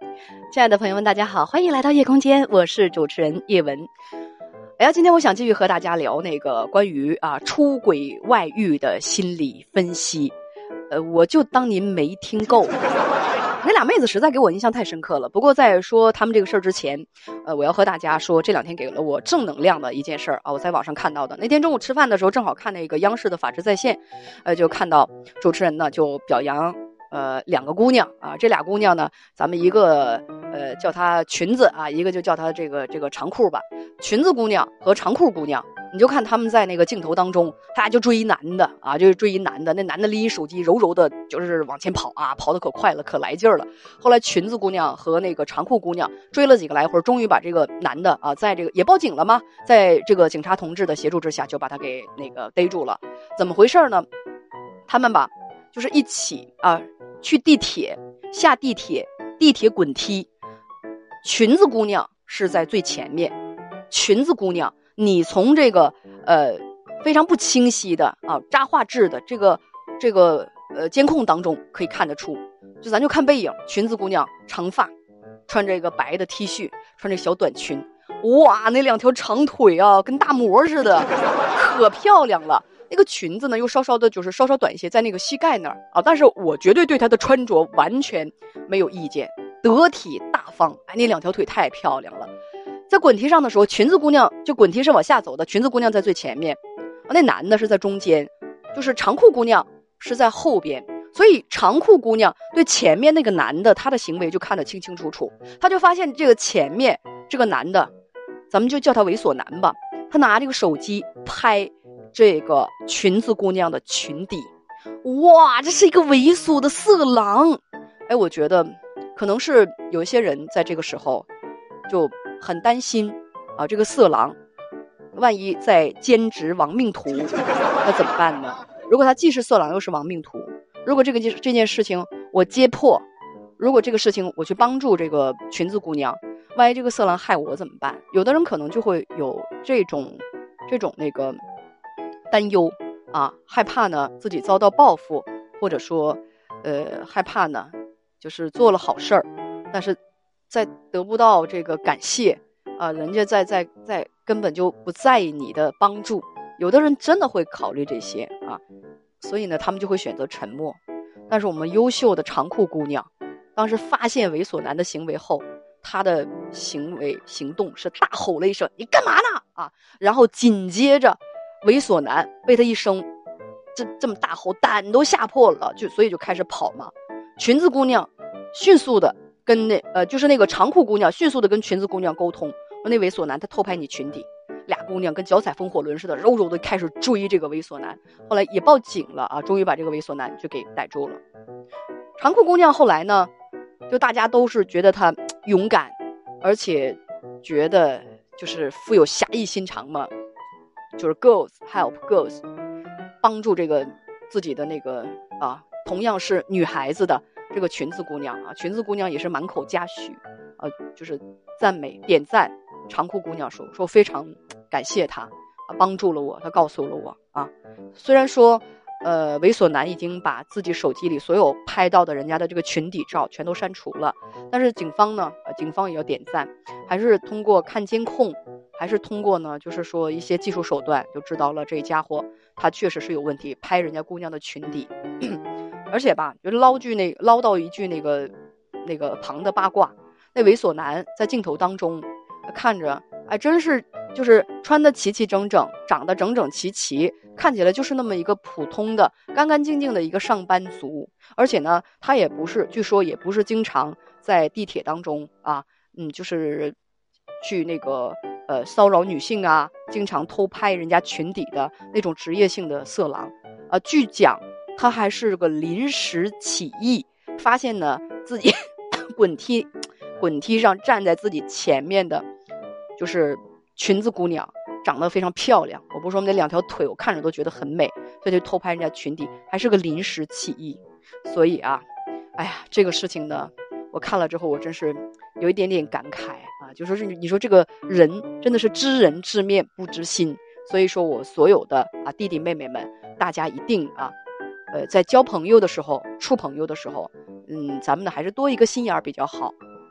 亲爱的朋友们，大家好，欢迎来到夜空间，我是主持人叶文。哎呀，今天我想继续和大家聊那个关于出轨外遇的心理分析。我就当您没听够。那俩妹子实在给我印象太深刻了。不过在说他们这个事儿之前，我要和大家说这两天给了我正能量的一件事儿啊，我在网上看到的。那天中午吃饭的时候，正好看那个央视的《法治在线》，就看到主持人呢就表扬两个姑娘啊，这俩姑娘呢，咱们一个叫她裙子啊，一个就叫她这个长裤吧。裙子姑娘和长裤姑娘，你就看他们在那个镜头当中，他俩就追一男的啊，就是追一男的，那男的拎一手机柔柔的，就是往前跑啊，跑得可快了，可来劲儿了。后来裙子姑娘和那个长裤姑娘追了几个来回，终于把这个男的啊，在这个也报警了嘛，在这个警察同志的协助之下，就把他给那个逮住了。怎么回事呢？他们吧，就是一起啊去地铁，下地铁，地铁滚梯，裙子姑娘是在最前面。裙子姑娘，你从这个非常不清晰的啊渣画质的这个监控当中可以看得出，咱就看背影，裙子姑娘长发，穿着一个白的 T 恤，穿着小短裙，哇，那两条长腿啊，跟大模似的，可漂亮了。那个裙子呢，又稍稍短一些，在那个膝盖那儿啊，但是我绝对对她的穿着完全没有意见，得体大方，哎，那两条腿太漂亮了。在滚梯上的时候，裙子姑娘就滚梯是往下走的，裙子姑娘在最前面，那男的是在中间，就是长裤姑娘是在后边，所以长裤姑娘对前面那个男的他的行为就看得清清楚楚，他就发现这个前面这个男的，咱们就叫他猥琐男吧，他拿这个手机拍这个裙子姑娘的裙底，哇，这是一个猥琐的色狼。哎，我觉得可能是有一些人在这个时候就很担心啊，这个色狼万一在兼职亡命徒，那怎么办呢？如果他既是色狼又是亡命徒，如果这件事情我揭破，如果这个事情我去帮助这个裙子姑娘，万一这个色狼害我怎么办？有的人可能就会有这种那个担忧啊，害怕呢自己遭到报复，或者说害怕呢就是做了好事儿，但是在得不到这个感谢啊，人家在根本就不在意你的帮助，有的人真的会考虑这些啊，所以呢他们就会选择沉默。但是我们优秀的长裤姑娘当时发现猥琐男的行为后，她的行动是大吼了一声，你干嘛呢啊，然后紧接着猥琐男被他一声这么大吼，胆都吓破了，所以就开始跑嘛。裙子姑娘迅速的跟就是那个长裤姑娘迅速的跟裙子姑娘沟通，那猥琐男他偷拍你裙底，俩姑娘跟脚踩风火轮似的，柔柔的开始追这个猥琐男，后来也报警了啊，终于把这个猥琐男就给逮住了。长裤姑娘后来呢，就大家都是觉得她勇敢，而且觉得就是富有侠义心肠嘛，就是 girls help girls， 帮助这个自己的那个啊，同样是女孩子的这个裙子姑娘啊，裙子姑娘也是满口嘉许，就是赞美点赞长裤姑娘说非常感谢她啊，帮助了我，她告诉了我啊，虽然说猥琐男已经把自己手机里所有拍到的人家的这个裙底照全都删除了，但是警方也要点赞，还是通过看监控，还是通过呢就是说一些技术手段就知道了这家伙他确实是有问题，拍人家姑娘的裙底而且吧，就捞到一句那个旁的八卦，那猥琐男在镜头当中看着，哎，真是就是穿得齐齐整整，长得整整齐齐，看起来就是那么一个普通的、干干净净的一个上班族。而且呢，他也不是，据说也不是经常在地铁当中啊，就是去那个骚扰女性啊，经常偷拍人家裙底的那种职业性的色狼啊。据讲，他还是个临时起意，发现呢自己滚梯上站在自己前面的就是裙子姑娘长得非常漂亮，我不说那两条腿我看着都觉得很美，所以就偷拍人家裙底，还是个临时起意。所以啊，哎呀，这个事情呢我看了之后我真是有一点点感慨啊，就说是你说这个人真的是知人知面不知心。所以说我所有的弟弟妹妹们，大家一定在交朋友的时候，处朋友的时候，咱们呢还是多一个心眼儿比较好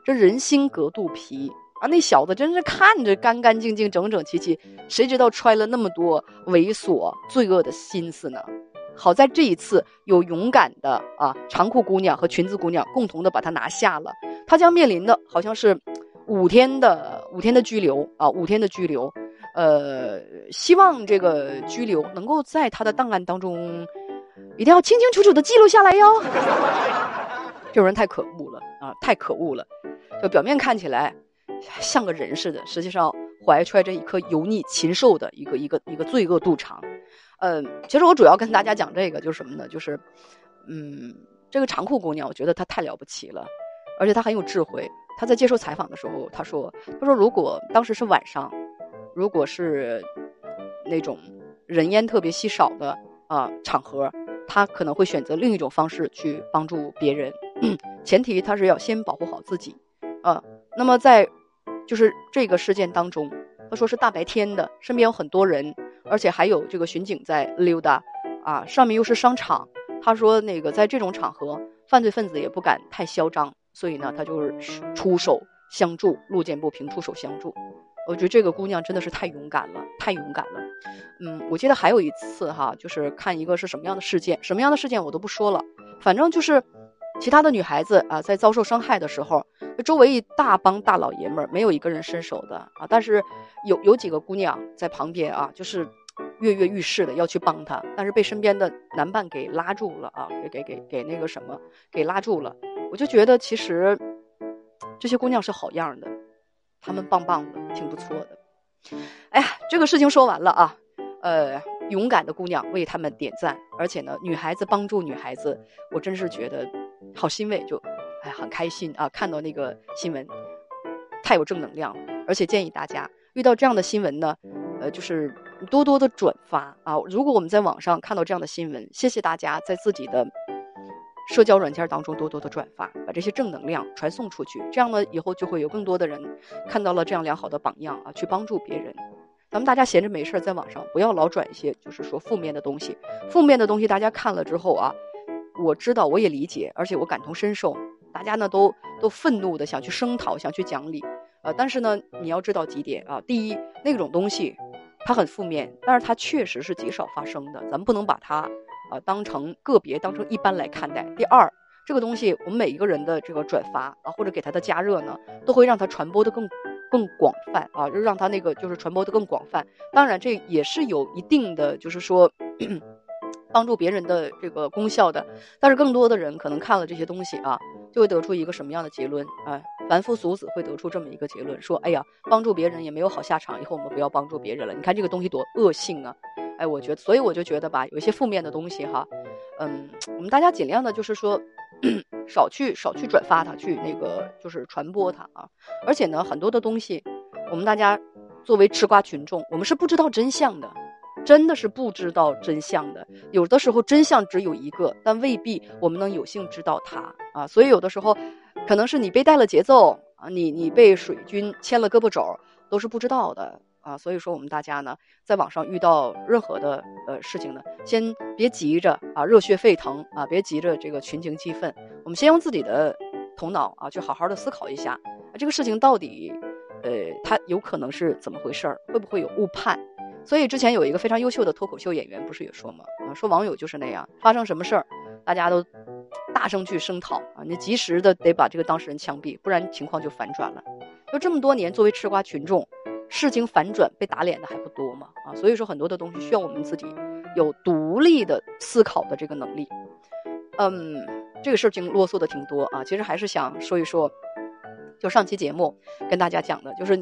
这人心隔肚皮啊，那小子真是看着干干净净整整齐齐，谁知道揣了那么多猥琐罪恶的心思呢？好在这一次有勇敢的长裤姑娘和裙子姑娘共同的把他拿下了，他将面临的好像是5天的拘留，5天的拘留。希望这个拘留能够在他的档案当中一定要清清楚楚的记录下来哟。这种人太可恶了啊，太可恶了！就表面看起来像个人似的，实际上怀揣着一颗油腻禽兽的一个罪恶肚肠。其实我主要跟大家讲这个就是什么呢？就是这个长裤姑娘，我觉得她太了不起了，而且她很有智慧。她在接受采访的时候，她说如果当时是晚上，如果是那种人烟特别稀少的场合，她可能会选择另一种方式去帮助别人，前提她是要先保护好自己那么在就是这个事件当中，她说是大白天的，身边有很多人，而且还有这个巡警在溜达上面又是商场。她说那个在这种场合，犯罪分子也不敢太嚣张，所以呢，她就是出手相助，路见不平出手相助。我觉得这个姑娘真的是太勇敢了，太勇敢了。我记得还有一次就是看一个是什么样的事件我都不说了，反正就是其他的女孩子在遭受伤害的时候，周围一大帮大老爷们儿，没有一个人伸手的但是有几个姑娘在旁边就是跃跃欲试的要去帮她，但是被身边的男伴给拉住了给那个什么给拉住了。我就觉得其实这些姑娘是好样的，她们棒棒的，挺不错的。哎呀，这个事情说完了勇敢的姑娘为她们点赞，而且呢，女孩子帮助女孩子，我真是觉得好欣慰，就很开心看到那个新闻太有正能量了。而且建议大家遇到这样的新闻呢就是多多的转发如果我们在网上看到这样的新闻，谢谢大家在自己的社交软件当中多多的转发，把这些正能量传送出去，这样呢以后就会有更多的人看到了这样良好的榜样去帮助别人。咱们大家闲着没事在网上不要老转一些就是说负面的东西，大家看了之后我知道，我也理解，而且我感同身受，大家呢都愤怒的想去声讨，想去讲理但是呢你要知道几点第一，那种东西它很负面，但是它确实是极少发生的，咱们不能把它当成个别，当成一般来看待。第二，这个东西我们每一个人的这个转发或者给它的加热呢，都会让它传播的更广泛让它那个就是传播的更广泛。当然这也是有一定的就是说帮助别人的这个功效的，但是更多的人可能看了这些东西就会得出一个什么样的结论凡夫俗子会得出这么一个结论，说哎呀，帮助别人也没有好下场，以后我们不要帮助别人了。你看这个东西多恶性所以我就觉得吧，有一些负面的东西我们大家尽量的就是说少去转发它，去那个就是传播它而且呢，很多的东西我们大家作为吃瓜群众，我们是不知道真相的，真的是不知道真相的。有的时候真相只有一个，但未必我们能有幸知道它所以有的时候可能是你被带了节奏你被水军牵了胳膊肘，都是不知道的所以说我们大家呢，在网上遇到任何的事情呢，先别急着热血沸腾别急着这个群情激愤，我们先用自己的头脑去好好的思考一下这个事情到底它有可能是怎么回事，会不会有误判。所以之前有一个非常优秀的脱口秀演员不是也说吗说网友就是那样，发生什么事儿大家都大声去声讨你及时的得把这个当事人枪毙，不然情况就反转了。就这么多年作为吃瓜群众，事情反转被打脸的还不多吗所以说很多的东西需要我们自己有独立的思考的这个能力。这个事情啰嗦的挺多其实还是想说一说，就上期节目跟大家讲的，就是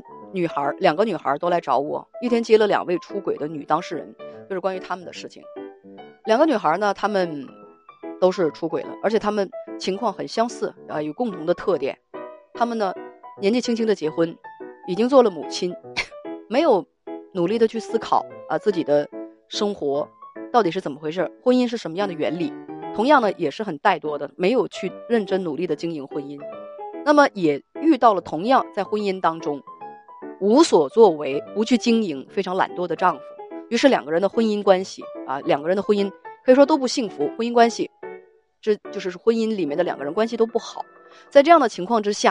2个女孩都来找我，一天接了2位出轨的女当事人，就是关于他们的事情。2个女孩呢，她们都是出轨了，而且她们情况很相似有共同的特点。她们呢年纪轻轻的结婚，已经做了母亲，没有努力的去思考自己的生活到底是怎么回事，婚姻是什么样的原理。同样呢也是很怠惰的，没有去认真努力的经营婚姻。那么也遇到了同样在婚姻当中无所作为，不去经营，非常懒惰的丈夫。于是2个人的婚姻关系2个人的婚姻可以说都不幸福，婚姻关系这就是婚姻里面的2个人关系都不好。在这样的情况之下，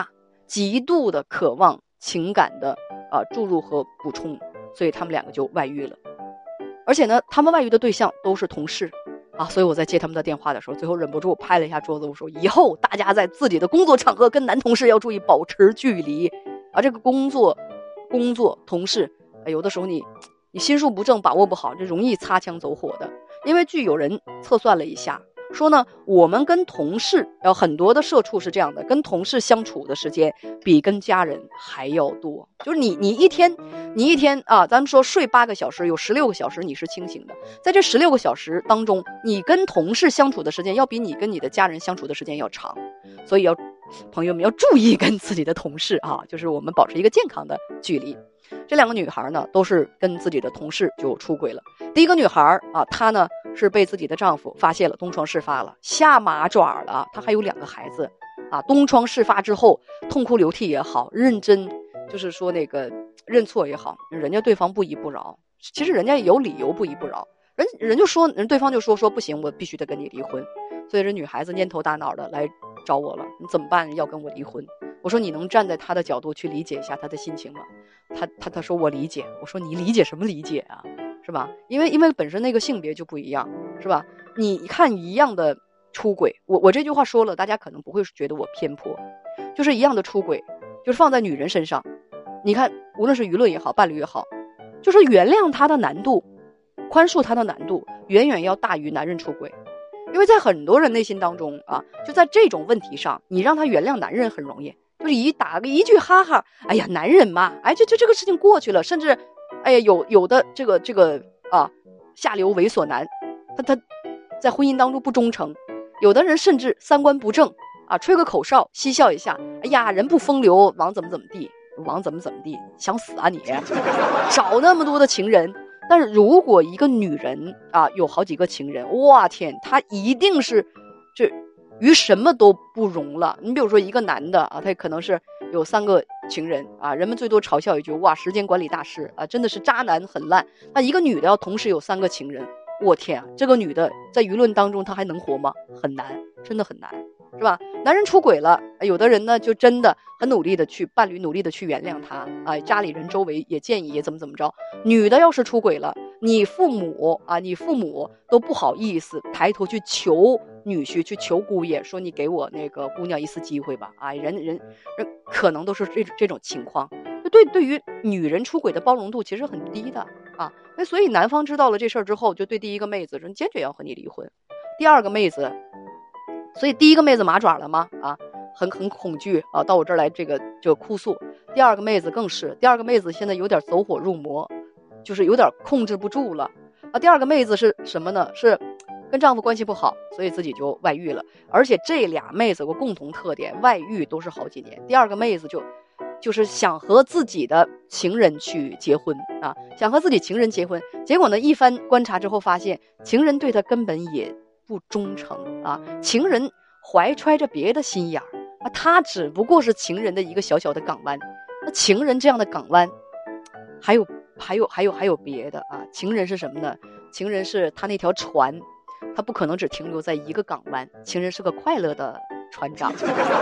极度的渴望情感的注入和补充，所以他们两个就外遇了。而且呢，他们外遇的对象都是同事所以我在接他们的电话的时候，最后忍不住拍了一下桌子，我说以后大家在自己的工作场合跟男同事要注意保持距离这个工作同事有的时候你心术不正把握不好，这容易擦枪走火的。因为据有人测算了一下，说呢，我们跟同事很多的社畜是这样的，跟同事相处的时间比跟家人还要多。就是你一天咱们说睡8个小时，有16个小时你是清醒的，在这16个小时当中，你跟同事相处的时间要比你跟你的家人相处的时间要长。所以朋友们要注意跟自己的同事就是我们保持一个健康的距离。这两个女孩呢，都是跟自己的同事就出轨了。第一个女孩她呢是被自己的丈夫发现了，东窗事发了，下马爪了。她还有2个孩子东窗事发之后，痛哭流涕也好，认真就是说那个认错也好，人家对方不依不饶。其实人家有理由不依不饶，对方就说不行，我必须得跟你离婚。所以这女孩子蔫头大脑的来找我了，你怎么办？要跟我离婚？我说你能站在她的角度去理解一下她的心情吗？她说我理解。我说你理解什么理解啊？是吧？因为本身那个性别就不一样，是吧？你看一样的出轨，我这句话说了，大家可能不会觉得我偏颇，就是一样的出轨，就是放在女人身上，你看无论是舆论也好，伴侣也好，就是原谅她的难度，宽恕她的难度远远要大于男人出轨。因为在很多人内心当中就在这种问题上，你让他原谅男人很容易，就是打个一句哈哈，哎呀男人嘛，这个事情过去了。甚至哎呀有的这个下流猥琐男，他在婚姻当中不忠诚，有的人甚至三观不正吹个口哨嬉笑一下，哎呀人不风流王怎么地，王怎么地，想死啊你找那么多的情人。但是如果一个女人有好几个情人，哇天，她一定是这于什么都不容了。你比如说一个男的他可能是有3个情人人们最多嘲笑一句，哇，时间管理大师真的是渣男很烂。那一个女的要同时有3个情人，我天这个女的在舆论当中她还能活吗？很难，真的很难，是吧？男人出轨了，有的人呢就真的很努力的伴侣努力的去原谅他家里人周围也建议也怎么着。女的要是出轨了，你父母都不好意思抬头去求女婿，去求姑爷，说你给我那个姑娘一次机会吧人可能都是这种情况。对于女人出轨的包容度其实很低的所以男方知道了这事儿之后，就对第一个妹子说坚决要和你离婚。第二个妹子，所以第一个妹子麻爪了吗很恐惧到我这儿来这个哭诉。第二个妹子更是，第二个妹子现在有点走火入魔，就是有点控制不住了第二个妹子是什么呢？是跟丈夫关系不好，所以自己就外遇了。而且这俩妹子有个共同特点，外遇都是好几年。第二个妹子就是想和自己的情人去结婚想和自己情人结婚，结果呢一番观察之后发现，情人对她根本也不忠诚情人怀揣着别的心眼儿他只不过是情人的一个小小的港湾。那情人这样的港湾还有别的情人是什么呢？情人是他那条船，他不可能只停留在一个港湾，情人是个快乐的船长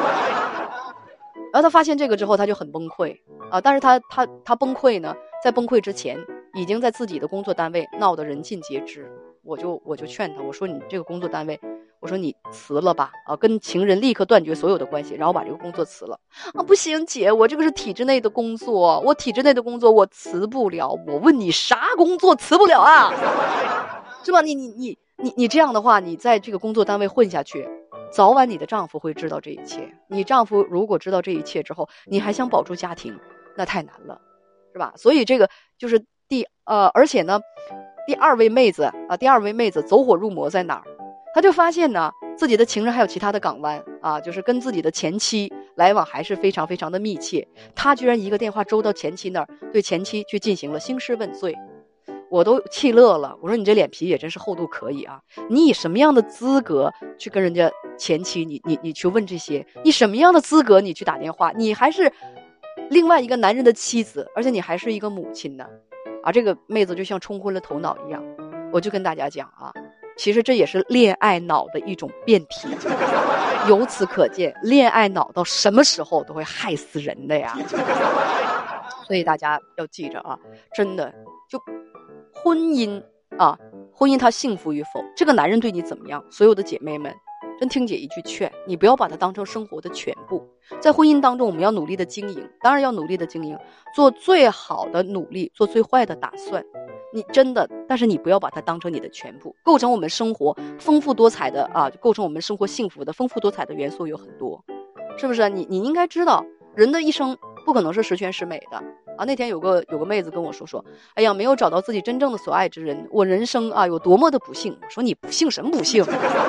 然后他发现这个之后他就很崩溃但是他崩溃呢，在崩溃之前已经在自己的工作单位闹得人尽皆知。我就劝他，我说你这个工作单位，我说你辞了吧跟情人立刻断绝所有的关系，然后把这个工作辞了不行姐，我这个是体制内的工作，我体制内的工作我辞不了。我问你啥工作辞不了是吧？你这样的话，你在这个工作单位混下去，早晚你的丈夫会知道这一切。你丈夫如果知道这一切之后，你还想保住家庭，那太难了，是吧？所以这个就是而且呢第二位妹子走火入魔在哪儿？她就发现呢，自己的情人还有其他的港湾就是跟自己的前妻来往还是非常非常的密切。她居然一个电话周到前妻那儿，对前妻去进行了兴师问罪。我都气乐了，我说你这脸皮也真是厚度可以你以什么样的资格去跟人家前妻你去问这些？你什么样的资格你去打电话？你还是另外一个男人的妻子，而且你还是一个母亲呢这个妹子就像冲昏了头脑一样。我就跟大家讲其实这也是恋爱脑的一种变体。由此可见，恋爱脑到什么时候都会害死人的呀。所以大家要记着啊，真的，就婚姻啊，婚姻它幸福与否，这个男人对你怎么样，所有的姐妹们真听姐一句劝，你不要把它当成生活的全部。在婚姻当中，我们要努力的经营，当然要努力的经营，做最好的努力，做最坏的打算。你真的，但是你不要把它当成你的全部。构成我们生活丰富多彩的啊，构成我们生活幸福的丰富多彩的元素有很多，是不是？你应该知道，人的一生不可能是十全十美的啊。那天有个妹子跟我说，哎呀，没有找到自己真正的所爱之人，我人生啊有多么的不幸。我说你不幸什么不幸？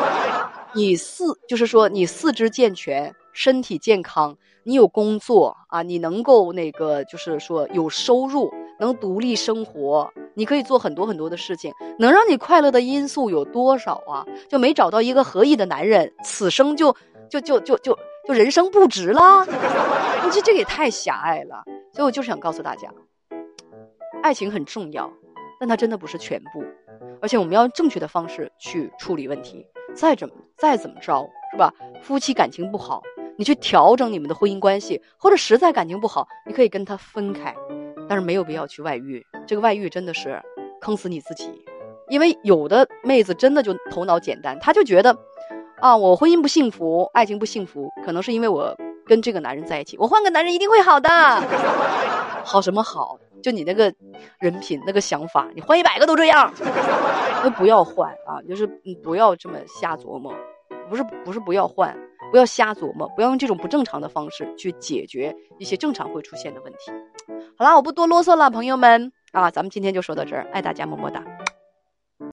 就是说你四肢健全，身体健康，你有工作啊，你能够就是说有收入，能独立生活，你可以做很多很多的事情，能让你快乐的因素有多少啊？就没找到一个合意的男人，此生就人生不值了。这个也太狭隘了。所以我就是想告诉大家，爱情很重要，但它真的不是全部，而且我们要用正确的方式去处理问题。再怎么着，是吧？夫妻感情不好，你去调整你们的婚姻关系，或者实在感情不好，你可以跟他分开，但是没有必要去外遇。这个外遇真的是坑死你自己。因为有的妹子真的就头脑简单，她就觉得啊，我婚姻不幸福，爱情不幸福，可能是因为我跟这个男人在一起，我换个男人一定会好的。好什么好？就你那个人品那个想法，你换100个都这样，就不要换啊！就是不要这么瞎琢磨，不是不要换，不要瞎琢磨，不要用这种不正常的方式去解决一些正常会出现的问题。好啦，我不多啰嗦了，朋友们啊，咱们今天就说到这儿，爱大家，么么哒。